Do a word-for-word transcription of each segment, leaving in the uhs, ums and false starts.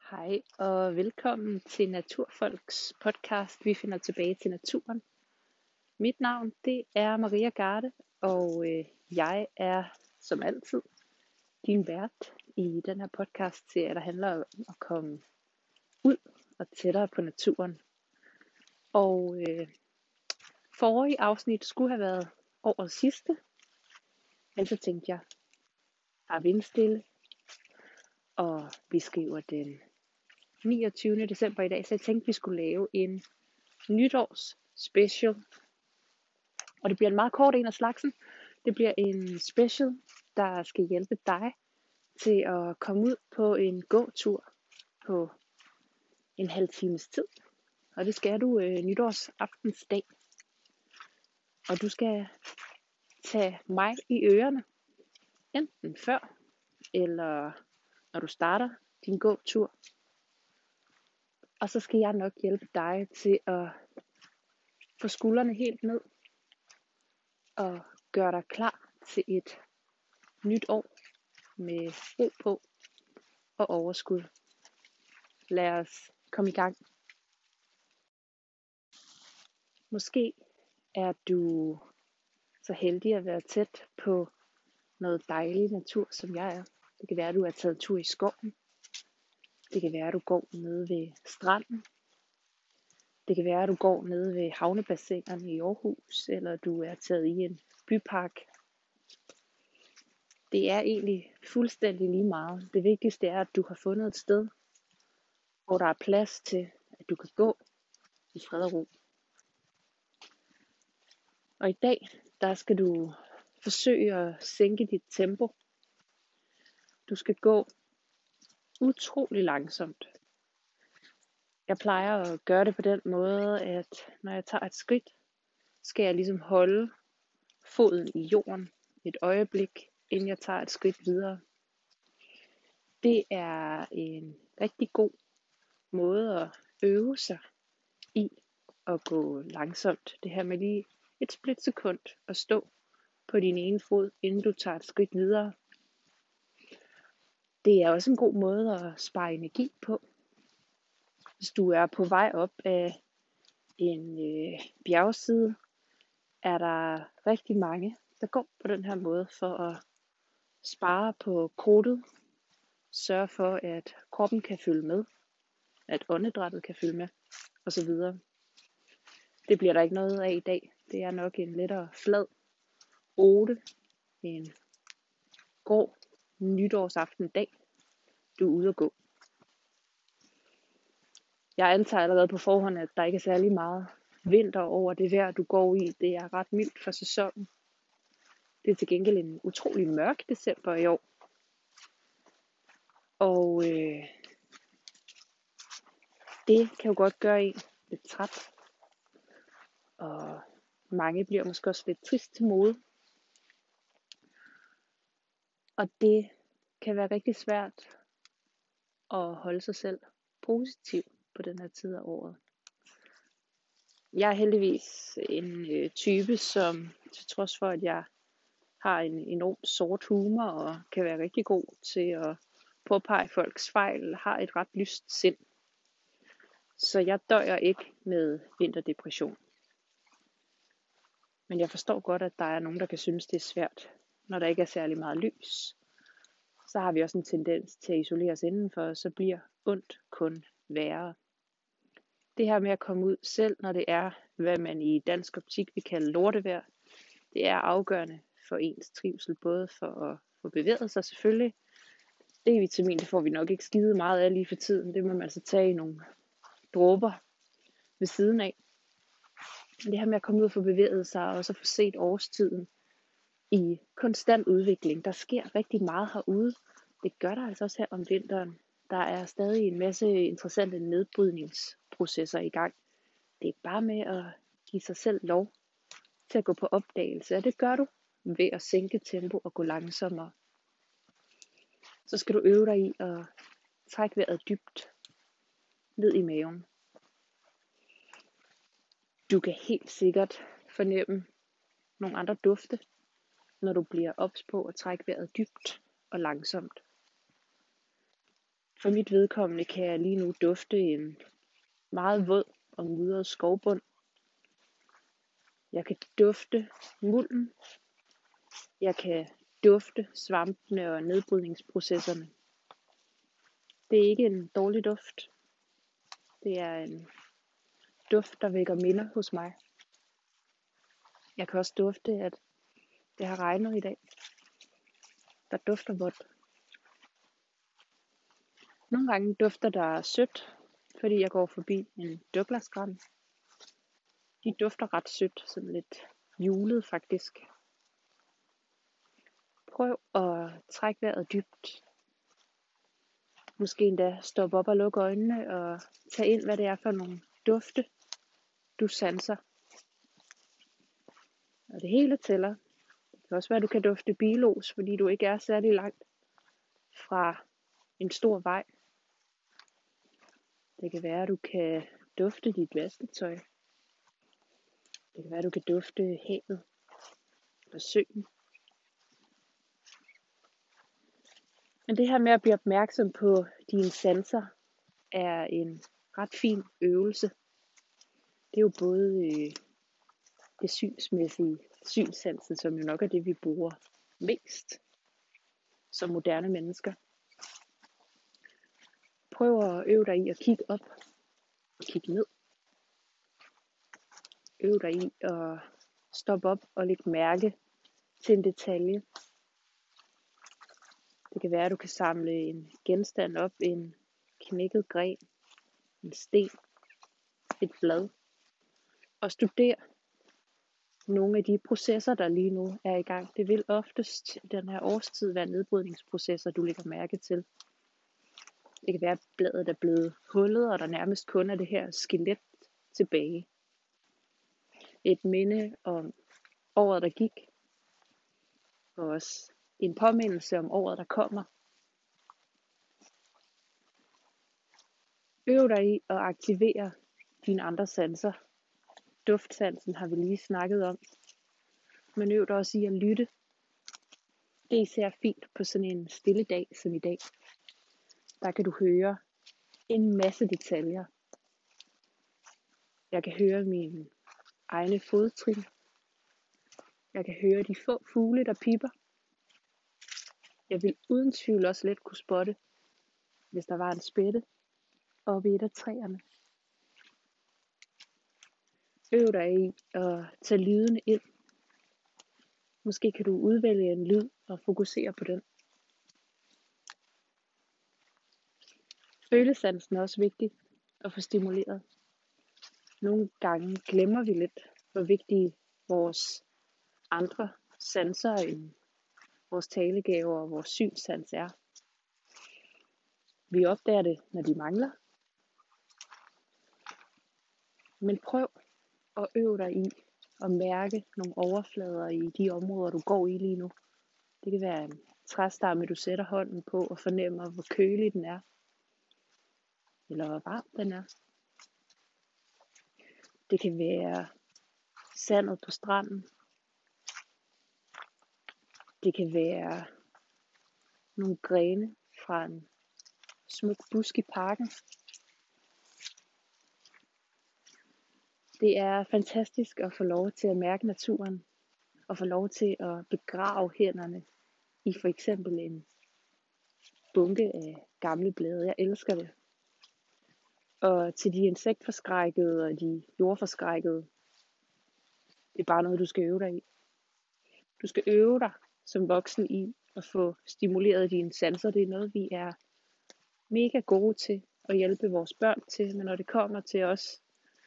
Hej og velkommen til Naturfolks podcast. Vi finder tilbage til naturen. Mit navn det er Maria Garde, og øh, jeg er som altid din vært i den her podcast, der handler om at komme ud og tættere på naturen. Og øh, forrige afsnit skulle have været årets sidste, men så tænkte jeg, der er vindstille, og vi skriver den niogtyvende december i dag, så jeg tænkte, vi skulle lave en nytårs special. Og det bliver en meget kort en af slagsen. Det bliver en special, der skal hjælpe dig til at komme ud på en gåtur på en halv times tid. Og det skal du øh, nytårsaftensdag. Og du skal tage mig i ørerne, enten før eller når du starter din gåtur. Og så skal jeg nok hjælpe dig til at få skuldrene helt ned og gøre dig klar til et nyt år med ro på og overskud. Lad os komme i gang. Måske er du så heldig at være tæt på noget dejlig natur, som jeg er. Det kan være, at du er taget tur i skoven. Det kan være, at du går nede ved stranden. Det kan være, at du går nede ved havnebassinerne i Aarhus, eller du er taget i en bypark. Det er egentlig fuldstændig lige meget. Det vigtigste er, at du har fundet et sted, hvor der er plads til, at du kan gå i fred og ro. Og i dag, der skal du forsøge at sænke dit tempo. Du skal gå utrolig langsomt. Jeg plejer at gøre det på den måde, at når jeg tager et skridt, skal jeg ligesom holde foden i jorden et øjeblik, inden jeg tager et skridt videre. Det er en rigtig god måde at øve sig i at gå langsomt. Det her med lige et splitsekund at stå på din ene fod, inden du tager et skridt videre. Det er også en god måde at spare energi på. Hvis du er på vej op af en øh, bjergside, er der rigtig mange, der går på den her måde for at spare på krudtet. Sørge for, at kroppen kan følge med, at åndedrættet kan følge med, osv. Det bliver der ikke noget af i dag. Det er nok en lettere flad ode, en grå nytårsaften dag, du er ude at gå. Jeg antager allerede på forhånd, at der ikke er særlig meget vinter over det vejr, du går i. Det er ret mildt for sæsonen. Det er til gengæld en utrolig mørk december i år. Og øh, det kan jo godt gøre en lidt træt. Og mange bliver måske også lidt trist til mode. Og det kan være rigtig svært at holde sig selv positiv på den her tid af året. Jeg er heldigvis en øh, type, som til trods for, at jeg har en enorm sort humor og kan være rigtig god til at påpege folks fejl, har et ret lyst sind. Så jeg døjer ikke med vinterdepression. Men jeg forstår godt, at der er nogen, der kan synes, det er svært, når der ikke er særlig meget lys. Så har vi også en tendens til at isolere os indenfor, så bliver ondt kun værre. Det her med at komme ud selv, når det er, hvad man i dansk optik vil kalde lortevejr, det er afgørende for ens trivsel, både for at få bevæget sig selvfølgelig. D-vitamin, det får vi nok ikke skide meget af lige for tiden. Det må man altså tage i nogle dråber ved siden af. Det her med at komme ud og få bevæget sig, og så få set årstiden i konstant udvikling. Der sker rigtig meget herude. Det gør der altså også her om vinteren. Der er stadig en masse interessante nedbrydningsprocesser i gang. Det er bare med at give sig selv lov til at gå på opdagelse. Og det gør du ved at sænke tempo og gå langsommere. Så skal du øve dig i at trække vejret dybt ned i maven. Du kan helt sikkert fornemme nogle andre dufte, når du bliver ops på at trække vejret dybt og langsomt. For mit vedkommende kan jeg lige nu dufte en meget våd og mudret skovbund. Jeg kan dufte mulden. Jeg kan dufte svampene og nedbrydningsprocesserne. Det er ikke en dårlig duft. Det er en duft, der vækker minder hos mig. Jeg kan også dufte, at det har regnet i dag. Der dufter vådt. Nogle gange dufter der sødt, fordi jeg går forbi en douglasgran. De dufter ret sødt, sådan lidt julet faktisk. Prøv at trække vejret dybt. Måske endda stoppe op og lukke øjnene og tage ind, hvad det er for nogle dufte, du sanser. Og det hele tæller. Det kan også være, at du kan dufte bilos, fordi du ikke er særlig langt fra en stor vej. Det kan være, at du kan dufte dit vasketøj. Det kan være, at du kan dufte havet og søen. Men det her med at blive opmærksom på dine sanser er en ret fin øvelse. Det er jo både øh, det synsmæssige, synssansen, som jo nok er det, vi bruger mest som moderne mennesker. Prøv at øve dig i at kigge op og kigge ned. Øv dig i at stoppe op og lægge mærke til en detalje. Det kan være, at du kan samle en genstand op, en knækket gren, en sten, et blad, og studere nogle af de processer, der lige nu er i gang. Det vil oftest i den her årstid være nedbrydningsprocesser, du lægger mærke til. Det kan være, at bladet er blevet hullet, og der nærmest kun er det her skelet tilbage. Et minde om året, der gik, og også en påmindelse om året, der kommer. Øv dig i at aktivere dine andre sanser. Duftsansen har vi lige snakket om. Men øv dig også i at lytte. Det er især fint på sådan en stille dag som i dag. Der kan du høre en masse detaljer. Jeg kan høre mine egne fodtrin. Jeg kan høre de få fugle, der pipper. Jeg vil uden tvivl også let kunne spotte, hvis der var en spætte oppe i et af træerne. Øv dig i at tage lydene ind. Måske kan du udvælge en lyd og fokusere på den. Følesansen er også vigtig at få stimuleret. Nogle gange glemmer vi lidt, hvor vigtige vores andre sanser end vores talegaver og vores synssans er. Vi opdager det, når de mangler. Men prøv at øve dig i at mærke nogle overflader i de områder, du går i lige nu. Det kan være en træstamme, du sætter hånden på og fornemmer, hvor kølig den er. Eller hvor varm den er. Det kan være sandet på stranden. Det kan være nogle grene fra en smuk busk i parken. Det er fantastisk at få lov til at mærke naturen, og få lov til at begrave hænderne i for eksempel en bunke af gamle blade. Jeg elsker det. Og til de insektforskrækkede og de jordforskrækkede, det er bare noget, du skal øve dig i. Du skal øve dig som voksen i at få stimuleret dine sanser. Det er noget, vi er mega gode til at hjælpe vores børn til, men når det kommer til os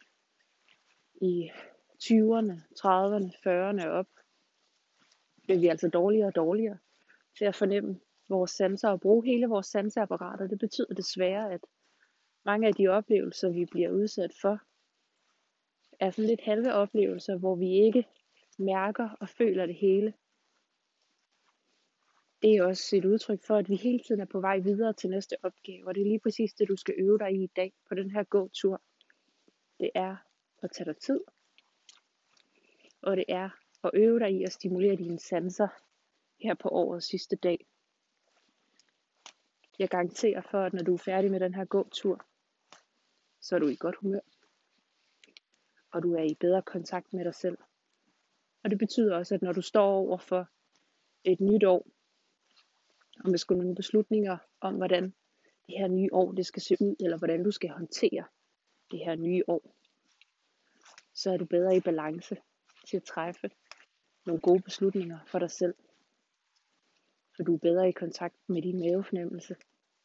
i tyverne, trediverne, fyrrerne op, bliver vi altså dårligere og dårligere til at fornemme vores sanser og bruge hele vores sanseapparat. Det betyder desværre, at mange af de oplevelser, vi bliver udsat for, er sådan lidt halve oplevelser, hvor vi ikke mærker og føler det hele. Det er også et udtryk for, at vi hele tiden er på vej videre til næste opgave, og det er lige præcis det, du skal øve dig i i dag på den her gåtur. Det er at tage dig tid, og det er at øve dig i at stimulere dine sanser her på årets sidste dag. Jeg garanterer for, at når du er færdig med den her gåtur, så er du i godt humør, og du er i bedre kontakt med dig selv. Og det betyder også, at når du står over for et nyt år, og med skulle nogle beslutninger om, hvordan det her nye år det skal se ud, eller hvordan du skal håndtere det her nye år, så er du bedre i balance til at træffe nogle gode beslutninger for dig selv. Så du er bedre i kontakt med din mavefornemmelse.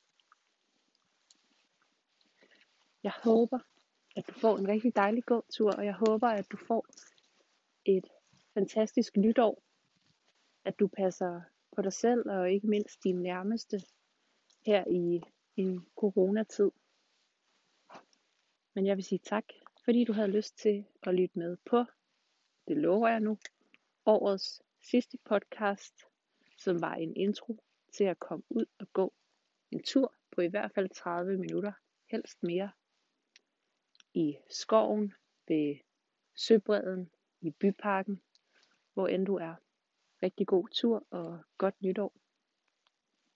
Jeg håber, at du får en rigtig dejlig gåtur, og jeg håber, at du får et fantastisk nytår. At du passer på dig selv, og ikke mindst dine nærmeste her i en coronatid. Men jeg vil sige tak, fordi du havde lyst til at lytte med på, det lover jeg nu, årets sidste podcast, som var en intro til at komme ud og gå en tur på i hvert fald tredive minutter, helst mere, i skoven, ved søbredden, i byparken, hvor end du er. Rigtig god tur og godt nytår.